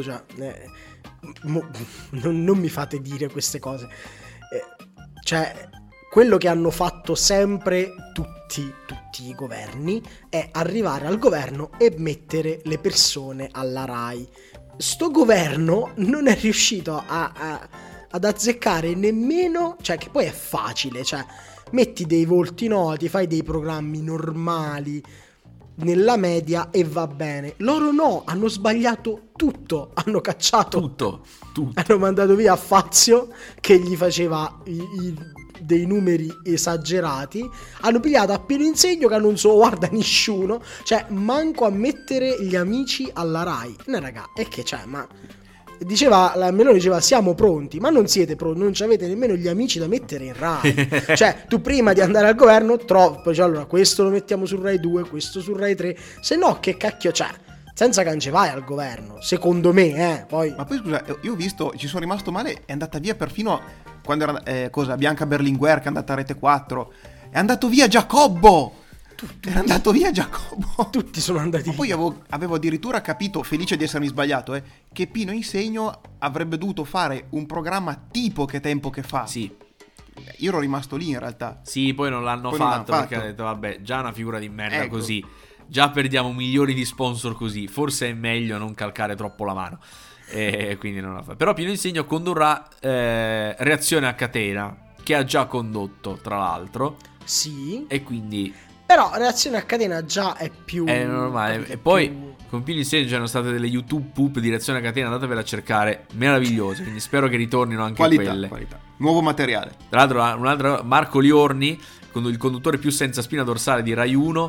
non mi fate dire queste cose. Cioè, quello che hanno fatto sempre tutti i governi è arrivare al governo e mettere le persone alla Rai. Sto governo non è riuscito ad azzeccare nemmeno, cioè che poi è facile, cioè metti dei volti noti, fai dei programmi normali nella media e va bene. Loro no, hanno sbagliato tutto, hanno cacciato tutto. Hanno mandato via Fazio che gli faceva dei numeri esagerati, hanno pigliato a Pino Insegno che non so guarda nessuno, cioè manco a mettere gli amici alla Rai. No raga, e che c'è, ma la Meloni diceva siamo pronti, ma non siete pronti, non avete nemmeno gli amici da mettere in Rai. Cioè tu prima di andare al governo trovi, cioè, allora questo lo mettiamo su Rai 2, questo su Rai 3, se no che cacchio c'è? Senza che non ci vai al governo, secondo me, poi. Ma poi scusa, io ho visto, ci sono rimasto male, è andata via perfino quando era Bianca Berlinguer che è andata a Rete 4, è andato via Giacobbo. Era andato via Giacobbo. Tutti sono andati via. Poi avevo addirittura capito, felice di essermi sbagliato, che Pino Insegno avrebbe dovuto fare un programma tipo Che tempo che fa. Sì. Io ero rimasto lì in realtà. Sì, poi non l'hanno fatto perché ha detto vabbè, già una figura di merda, ecco. Così. Già perdiamo milioni di sponsor così. Forse è meglio non calcare troppo la mano. E quindi non la fa. Però Pino Insegno condurrà Reazione a catena, che ha già condotto, tra l'altro. Sì. E quindi Però reazione a catena già è più... è normale. E poi con Pino insieme c'erano state delle YouTube poop di reazione a catena, andatevela a cercare, meravigliose. Quindi spero che ritornino anche quelle. Qualità. Nuovo materiale. Tra l'altro un altro Marco Liorni, il conduttore più senza spina dorsale di Rai 1,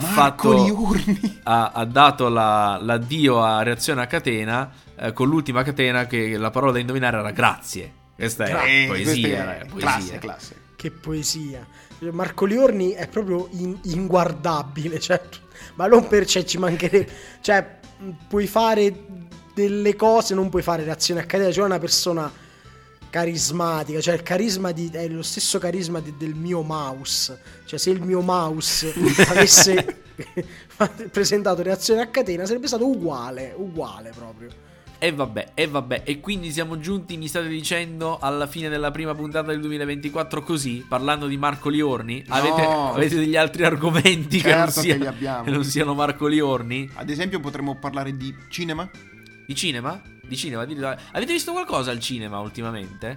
ha dato l'addio a reazione a catena con l'ultima catena che la parola da indovinare era grazie. Questa è poesia. Classe. Che poesia. Marco Liorni è proprio inguardabile, cioè, ma non per ci mancherebbe, cioè puoi fare delle cose, non puoi fare reazione a catena, cioè una persona carismatica, cioè il carisma è lo stesso carisma del mio mouse, cioè se il mio mouse avesse presentato reazione a catena sarebbe stato uguale proprio. E vabbè, e quindi siamo giunti, mi state dicendo, alla fine della prima puntata del 2024 così, parlando di Marco Liorni? No. Avete degli altri argomenti Certo che li abbiamo. che non siano Marco Liorni? Ad esempio potremmo parlare di cinema? Di cinema? Avete visto qualcosa al cinema ultimamente?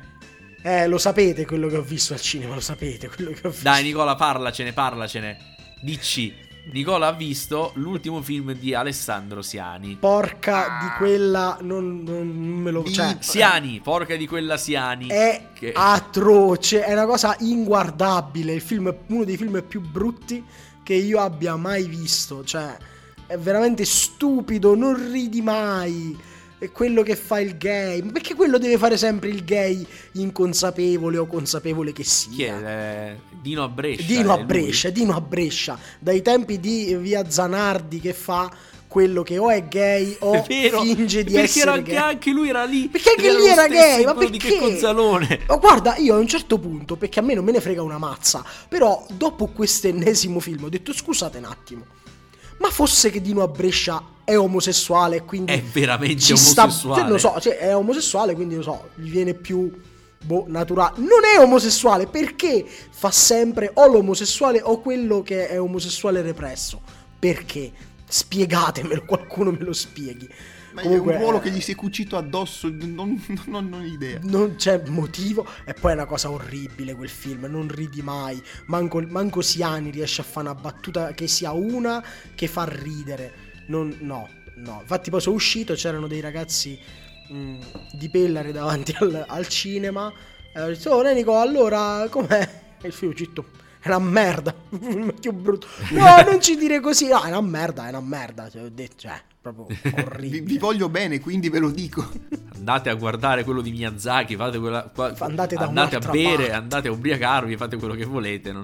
Lo sapete quello che ho visto al cinema, lo sapete quello che ho visto. Dai Nicola, parlacene. Dici. Nicola ha visto l'ultimo film di Alessandro Siani. Porca di quella non me lo... Cioè, Siani, porca di quella Siani. È atroce, è una cosa inguardabile. Il film è uno dei film più brutti che io abbia mai visto. Cioè, è veramente stupido, non ridi mai. È quello che fa il gay. Perché quello deve fare sempre il gay inconsapevole o consapevole che sia. Chi è? Dino a Brescia. Dino a Brescia. Dai tempi di Via Zanardi che fa quello che o è gay o finge di essere gay. Perché anche lui era lì. Perché anche lui era gay, ma perché? perché? Di che Gonzalone. Ma guarda, io a un certo punto, perché a me non me ne frega una mazza, però dopo quest'ennesimo film ho detto scusate un attimo, ma fosse che Dino a Brescia è omosessuale, quindi è veramente ci omosessuale. Non lo so, cioè è omosessuale, quindi lo so, gli viene più naturale. Non è omosessuale perché fa sempre o l'omosessuale o quello che è omosessuale represso. Perché? Spiegatemelo, qualcuno me lo spieghi. Ma Comunque, è un ruolo che gli si è cucito addosso, non ho idea. Non c'è motivo. E poi è una cosa orribile quel film, non ridi mai. Manco Siani riesce a fare una battuta che sia una che fa ridere. No. Infatti poi sono uscito, c'erano dei ragazzi di Pellare davanti al cinema e ho detto Nico, allora com'è? E il film uscito è una merda. Più brutto. No, non ci dire così. No, è una merda. Cioè, ho detto, proprio orribile. Vi voglio bene, quindi ve lo dico. Andate a guardare quello di Miyazaki, fate andate a bere, parte. Andate a ubriacarvi, fate quello che volete.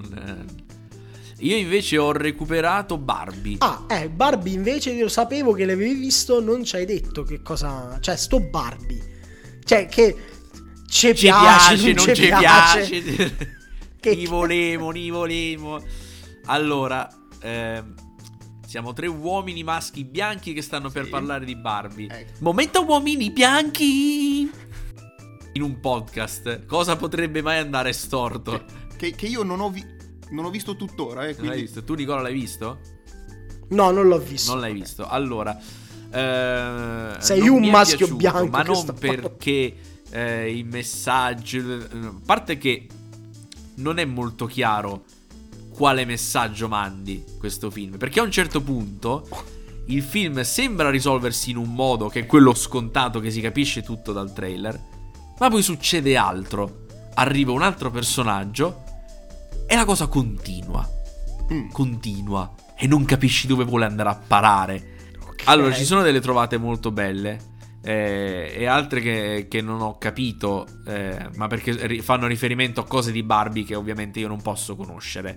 Io invece ho recuperato Barbie. Barbie invece io sapevo che l'avevi visto, non ci hai detto che cosa... Cioè, sto Barbie. Cioè, che ci piace, non ci piace. Ni volevo. Allora, siamo 3 uomini maschi bianchi che stanno per parlare di Barbie. Momento uomini bianchi! In un podcast, cosa potrebbe mai andare storto? Che io non ho visto tuttora. Non l'hai visto? Tu Nicola l'hai visto? No, non l'ho visto. Non l'hai visto. Allora, sei un maschio bianco, ma non perché i messaggi, a parte che non è molto chiaro quale messaggio mandi questo film, perché a un certo punto il film sembra risolversi in un modo che è quello scontato, che si capisce tutto dal trailer, ma poi succede altro, arriva un altro personaggio e la cosa continua e non capisci dove vuole andare a parare. Okay. Allora ci sono delle trovate molto belle e altre che non ho capito, ma perché fanno riferimento a cose di Barbie che ovviamente io non posso conoscere.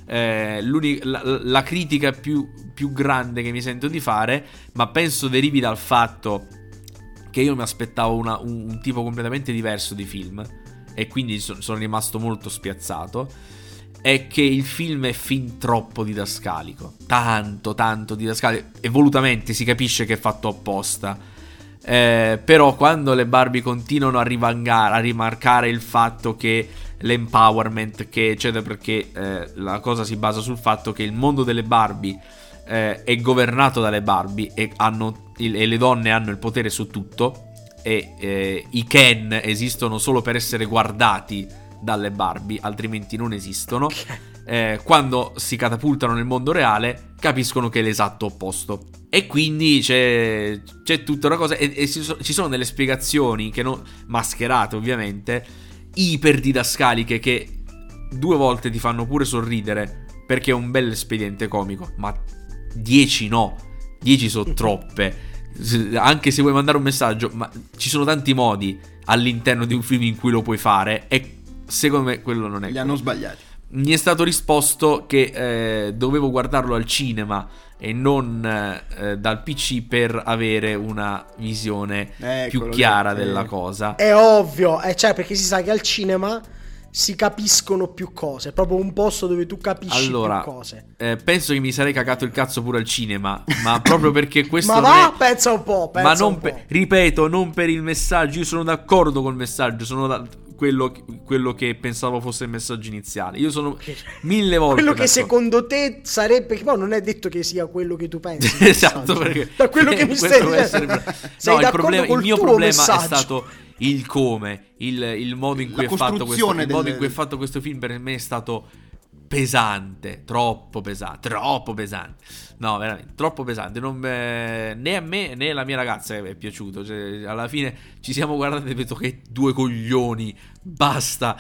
La critica più grande che mi sento di fare, ma penso derivi dal fatto che io mi aspettavo un tipo completamente diverso di film e quindi sono rimasto molto spiazzato, è che il film è fin troppo didascalico, tanto didascalico, e volutamente si capisce che è fatto apposta. Però quando le Barbie continuano a rimarcare il fatto che l'empowerment che eccetera, perché la cosa si basa sul fatto che il mondo delle Barbie è governato dalle Barbie e le donne hanno il potere su tutto e i Ken esistono solo per essere guardati dalle Barbie, altrimenti non esistono. quando si catapultano nel mondo reale capiscono che è l'esatto opposto. E quindi c'è tutta una cosa, e ci sono delle spiegazioni che non mascherate ovviamente, iper didascaliche, che 2 volte ti fanno pure sorridere perché è un bel espediente comico, ma 10 no, 10 sono troppe. Anche se vuoi mandare un messaggio, ma ci sono tanti modi all'interno di un film in cui lo puoi fare, e secondo me quello non è. Li hanno sbagliati. Mi è stato risposto che dovevo guardarlo al cinema e non dal PC per avere una visione più chiara della cosa. È ovvio, cioè, perché si sa che al cinema si capiscono più cose, è proprio un posto dove tu capisci più cose. Penso che mi sarei cagato il cazzo pure al cinema, ma proprio perché questo ma va, pensa un po', ma non ripeto, non per il messaggio. Io sono d'accordo col messaggio, sono quello che pensavo fosse il messaggio iniziale. Io sono 1000 volte quello d'accordo. Che secondo te sarebbe, perché poi non è detto che sia quello che tu pensi. Esatto, perché da quello che mi stai dicendo no, il mio problema è stato il come, il modo in cui è fatto questo, il modo in cui è fatto questo film. Per me è stato pesante, troppo pesante. No, veramente troppo pesante. Né a me né alla mia ragazza è piaciuto. Cioè, alla fine ci siamo guardati e detto che 2 coglioni, basta.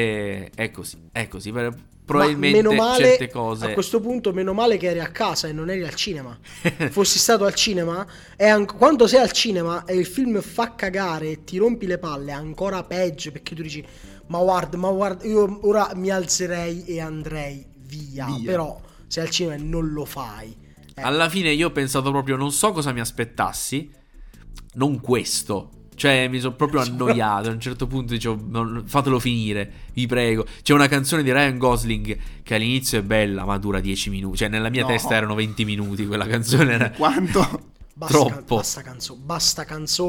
È così. Probabilmente meno male, certe cose. A questo punto, meno male che eri a casa e non eri al cinema. Fossi stato al cinema, quando sei al cinema e il film fa cagare e ti rompi le palle, è ancora peggio, perché tu dici ma guarda, io ora mi alzerei e andrei via. Però sei al cinema e non lo fai. Alla fine io ho pensato proprio, non so cosa mi aspettassi, non questo. Cioè mi sono proprio annoiato. A un certo punto dicevo, fatelo finire, vi prego. C'è una canzone di Ryan Gosling che all'inizio è bella, ma dura 10 minuti. Cioè nella mia testa erano 20 minuti. Quella canzone era quanto? Troppo. Basta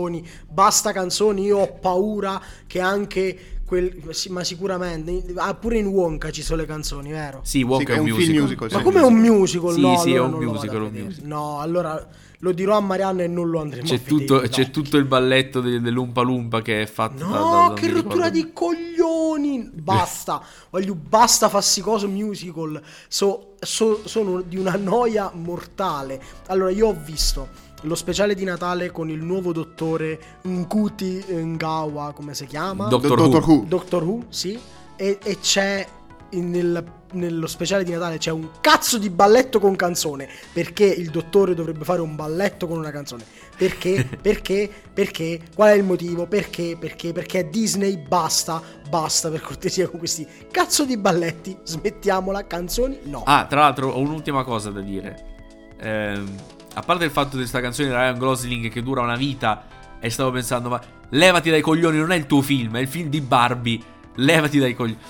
canzoni. Io ho paura che anche ma sicuramente pure in Wonka ci sono le canzoni, vero? Sì, Wonka è un musical. Ma come è un musical? Sì, no, sì, allora è un musical. No, allora lo dirò a Marianna e non lo andremo a vedere. C'è tutto il balletto dell'Oompa Loompa che è fatto che rottura di coglioni. Basta. Basta farsi cose musical. Sono di una noia mortale. Allora, io ho visto lo speciale di Natale con il nuovo dottore Nkuti Ngawa, come si chiama? Doctor Who, sì. E c'è nello speciale di Natale c'è un cazzo di balletto con canzone. Perché il dottore dovrebbe fare un balletto con una canzone? Perché? Perché? Qual è il motivo? Perché è Disney. Basta per cortesia con questi cazzo di balletti. Smettiamola, canzoni no. Tra l'altro ho un'ultima cosa da dire. A parte il fatto di questa canzone di Ryan Gosling che dura una vita, e stavo pensando, ma levati dai coglioni, non è il tuo film, è il film di Barbie, levati dai coglioni.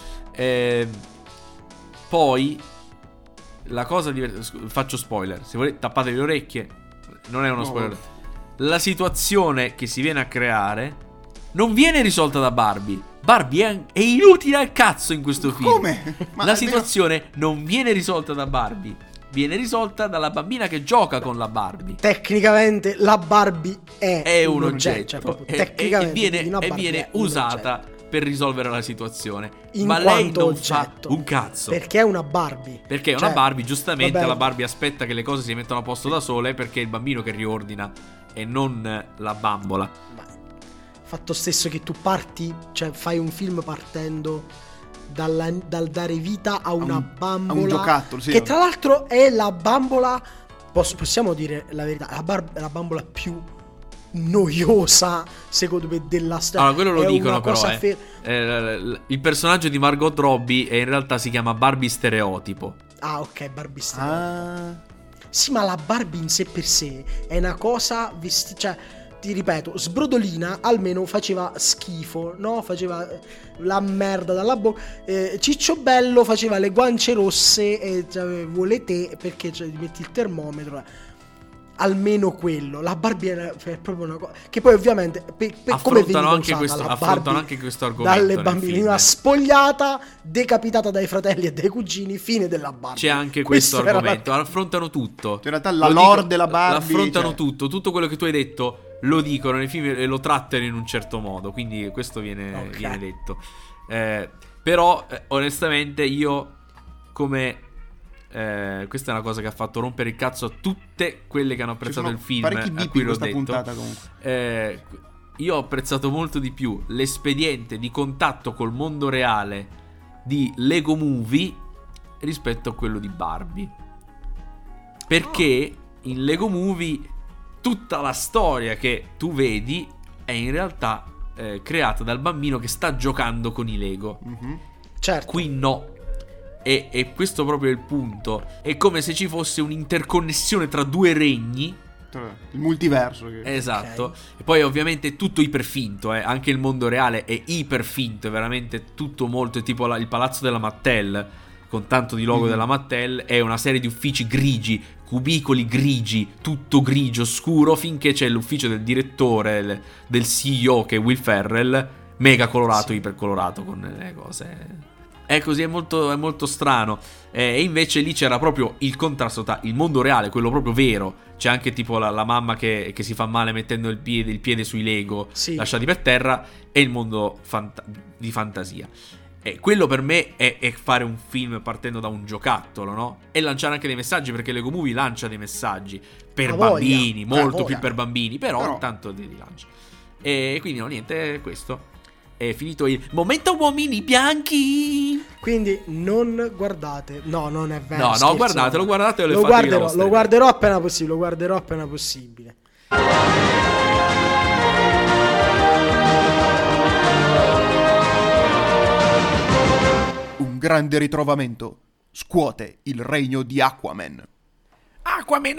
Poi la cosa faccio spoiler, se volete tappatevi le orecchie, non è uno spoiler. La situazione che si viene a creare non viene risolta da Barbie. Barbie è inutile al cazzo in questo film. Come? La situazione non viene risolta da Barbie, viene risolta dalla bambina che gioca con la Barbie. Tecnicamente la Barbie è un oggetto, e viene usata per risolvere la situazione. Ma lei non fa un cazzo. Perché è una Barbie. Perché è una Barbie, giustamente. La Barbie aspetta che le cose si mettano a posto da sole, perché è il bambino che riordina e non la bambola. Ma fatto stesso che tu parti, cioè fai un film partendo dal dare vita a una bambola, a un giocattolo, sì, che tra l'altro è la bambola, possiamo dire la verità, è la bambola più noiosa secondo me della storia. Allora, quello lo dicono però il personaggio di Margot Robbie in realtà si chiama Barbie stereotipo. Ah, ok, Barbie stereotipo. Sì, ma la Barbie in sé per sé è una cosa cioè, ti ripeto, sbrodolina almeno faceva schifo, no? Faceva la merda dalla bocca. Ciccio Bello faceva le guance rosse e vuole te perché ti metti il termometro. Almeno quello. La Barbie è proprio una cosa che poi ovviamente come veniva usata affrontano anche questo argomento dalle bambine, una spogliata, decapitata dai fratelli e dai cugini, fine della Barbie. C'è anche questo argomento, affrontano tutto. In realtà la lore della Barbie affrontano tutto quello che tu hai detto. Lo dicono nei film e lo trattano in un certo modo. Quindi questo viene detto. Però onestamente io come questa è una cosa che ha fatto rompere il cazzo a tutte quelle che hanno apprezzato il film parecchi a bip cui in l'ho questa detto. puntata comunque. Io ho apprezzato molto di più l'espediente di contatto col mondo reale di Lego Movie rispetto a quello di Barbie, perché in Lego Movie tutta la storia che tu vedi è in realtà creata dal bambino che sta giocando con i Lego. Certo. Qui no. E questo proprio è il punto. È come se ci fosse un'interconnessione tra due regni. Il multiverso. Esatto. Ok. E poi ovviamente è tutto iperfinto, anche il mondo reale è iperfinto, è veramente tutto molto, tipo il palazzo della Mattel, con tanto di logo della Mattel, è una serie di uffici grigi, cubicoli grigi, tutto grigio scuro, finché c'è l'ufficio del direttore, del CEO, che è Will Ferrell, mega colorato, ipercolorato con le cose. È così, è molto strano. E invece lì c'era proprio il contrasto tra il mondo reale, quello proprio vero. C'è anche tipo la mamma che si fa male mettendo il piede sui Lego lasciati per terra, e il mondo di fantasia. E quello per me è fare un film partendo da un giocattolo, no? E lanciare anche dei messaggi, perché Lego Movie lancia dei messaggi per bambini, molto più per bambini, però intanto li lancia. E quindi no, niente, è questo. È finito il momento uomini bianchi. Quindi non guardate. No, non è vero. No, guardatelo e lo guarderò appena possibile. Un grande ritrovamento scuote il regno di Aquaman. Aquaman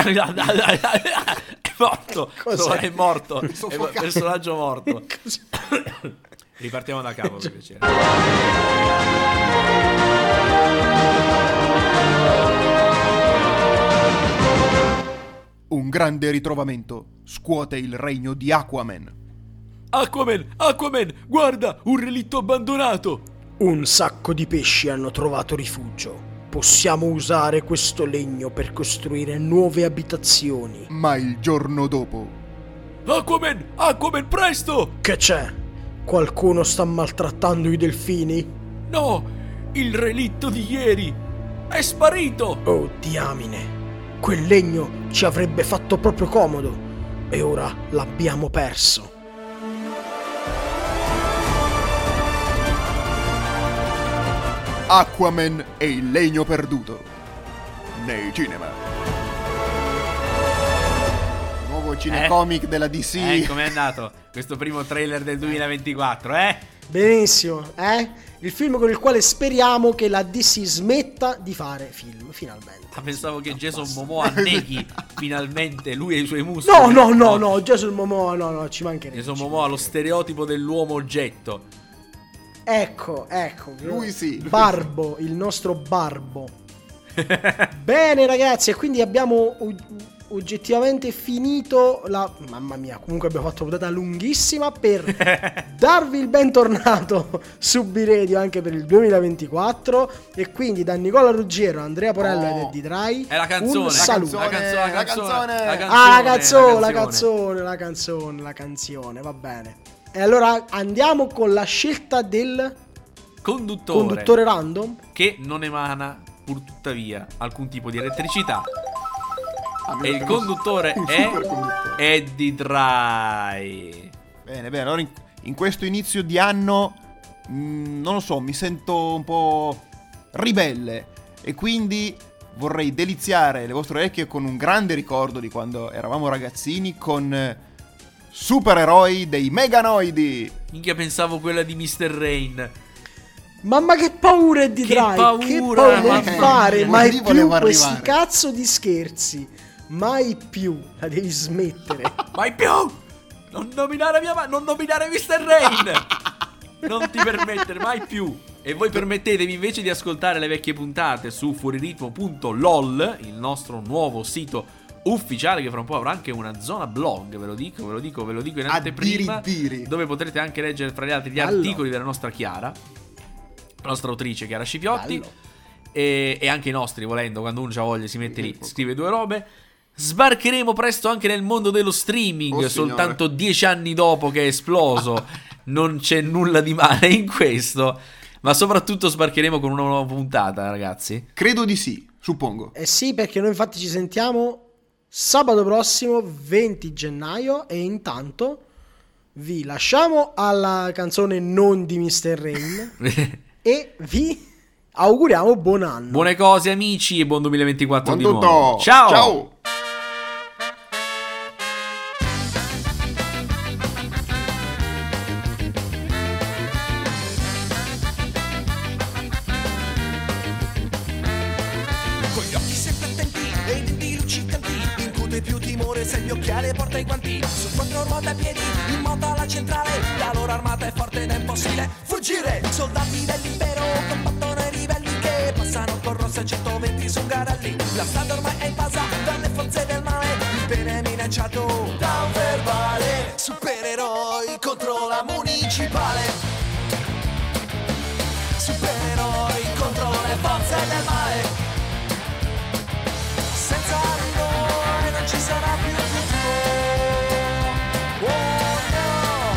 è morto. Cos'è? È morto. È un soffocato. personaggio morto. Così. Ripartiamo da capo per piacere. Un grande ritrovamento scuote il regno di Aquaman. Aquaman, guarda, un relitto abbandonato. Un sacco di pesci hanno trovato rifugio. Possiamo usare questo legno per costruire nuove abitazioni. Ma il giorno dopo, Aquaman, presto! Che c'è? Qualcuno sta maltrattando i delfini? No, il relitto di ieri è sparito. Oh, diamine. Quel legno ci avrebbe fatto proprio comodo. E ora l'abbiamo perso. Aquaman e il legno perduto. Nei cinema. Nuovo cinecomic della DC. Com'è andato questo primo trailer del 2024, Benissimo, Il film con il quale speriamo che la DC smetta di fare film, finalmente. Pensavo che Jason Momoa neghi finalmente lui e i suoi muscoli. No, Jason Momoa, no, ci mancherebbe. Jason Momoa, lo stereotipo dell'uomo oggetto. Ecco. Lui sì. Barbo, il nostro Barbo. Bene ragazzi, e quindi abbiamo oggettivamente finito la... Mamma mia, comunque abbiamo fatto una puntata lunghissima per darvi il bentornato su B-Radio anche per il 2024. E quindi da Nicola Ruggiero, Andrea Porello ed Eddie Dry È la canzone, un saluto. La canzone, va bene. E allora andiamo con la scelta del conduttore random, che non emana pur tuttavia alcun tipo di elettricità. E il conduttore è Eddie Dry. Bene, allora in questo inizio di anno non lo so, mi sento un po' ribelle e quindi vorrei deliziare le vostre orecchie con un grande ricordo di quando eravamo ragazzini, con supereroi dei Meganoidi. Minchia, pensavo quella di Mr. Rain. Mamma che paura Eddie Che Dry, paura, che paura mamma di fare mia. mai Lì più volevo questi arrivare. cazzo di scherzi. Mai più, la devi smettere. Mai più! Non nominare Mr. Rain! Non ti permettere mai più. E voi permettetevi invece di ascoltare le vecchie puntate su fuoriritmo.lol, il nostro nuovo sito ufficiale, che fra un po' avrà anche una zona blog, ve lo dico in anteprima, Addiri. dove potrete anche leggere fra gli altri gli articoli della nostra Chiara, la nostra autrice Chiara Scipiotti, e anche i nostri, volendo, quando uno ha voglia si mette lì, scrive due robe. Sbarcheremo presto anche nel mondo dello streaming, soltanto 10 anni dopo che è esploso. Non c'è nulla di male in questo. Ma soprattutto sbarcheremo con una nuova puntata, ragazzi? Credo di sì, suppongo. Eh sì, perché noi infatti ci sentiamo sabato prossimo 20 gennaio e intanto vi lasciamo alla canzone non di Mr. Rain e vi auguriamo buon anno. Buone cose amici e buon 2024 Buon di tutto. nuovo. Ciao! Ciao! Con gli occhi sempre attenti e i denti luccicanti, incute più timore se gli occhiali e porta i guanti. Su quattro ruote a piedi, in moto alla centrale, la loro armata è forte ed è impossibile fuggire. Soldati dell'impero combattono i ribelli che passano con rosse 120 su garelli. La strada ormai è invasa dalle forze del male, l'impero è minacciato da un verbale. Supereroi contro la municipale. Supereroi contro le forze del male. Senza di noi non ci sarà più futuro. Oh no!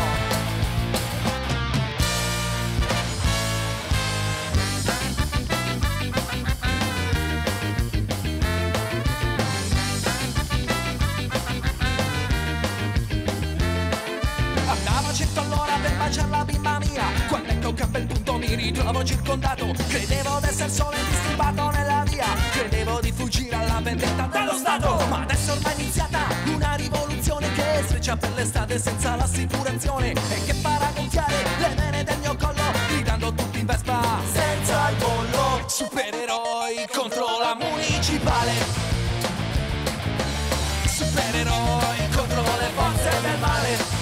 Andavo a 100 all'ora per baciare la bimba mia. Quando ecco che a quel punto mi ritrovo circondato, credevo d'essere solo indisturbato nella via, credevo di fuggire alla vendetta dello Stato. Ma adesso ormai è iniziata una rivoluzione che sfreccia per l'estate senza l'assicurazione e che farà gonfiare le vene del mio collo, gridando tutti in Vespa senza il bollo. Supereroi contro la municipale. Supereroi contro le forze del male.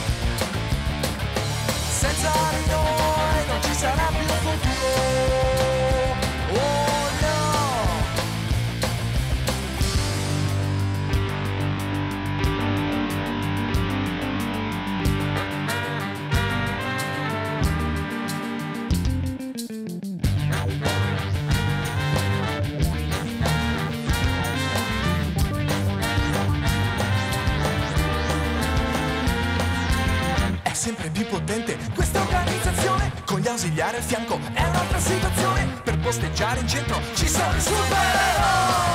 Senza di noi non ci sarà più futuro. Oh no! È sempre più potente questa organizzazione, con gli ausiliari al fianco è un'altra situazione. Per posteggiare in centro ci sono i supereroi.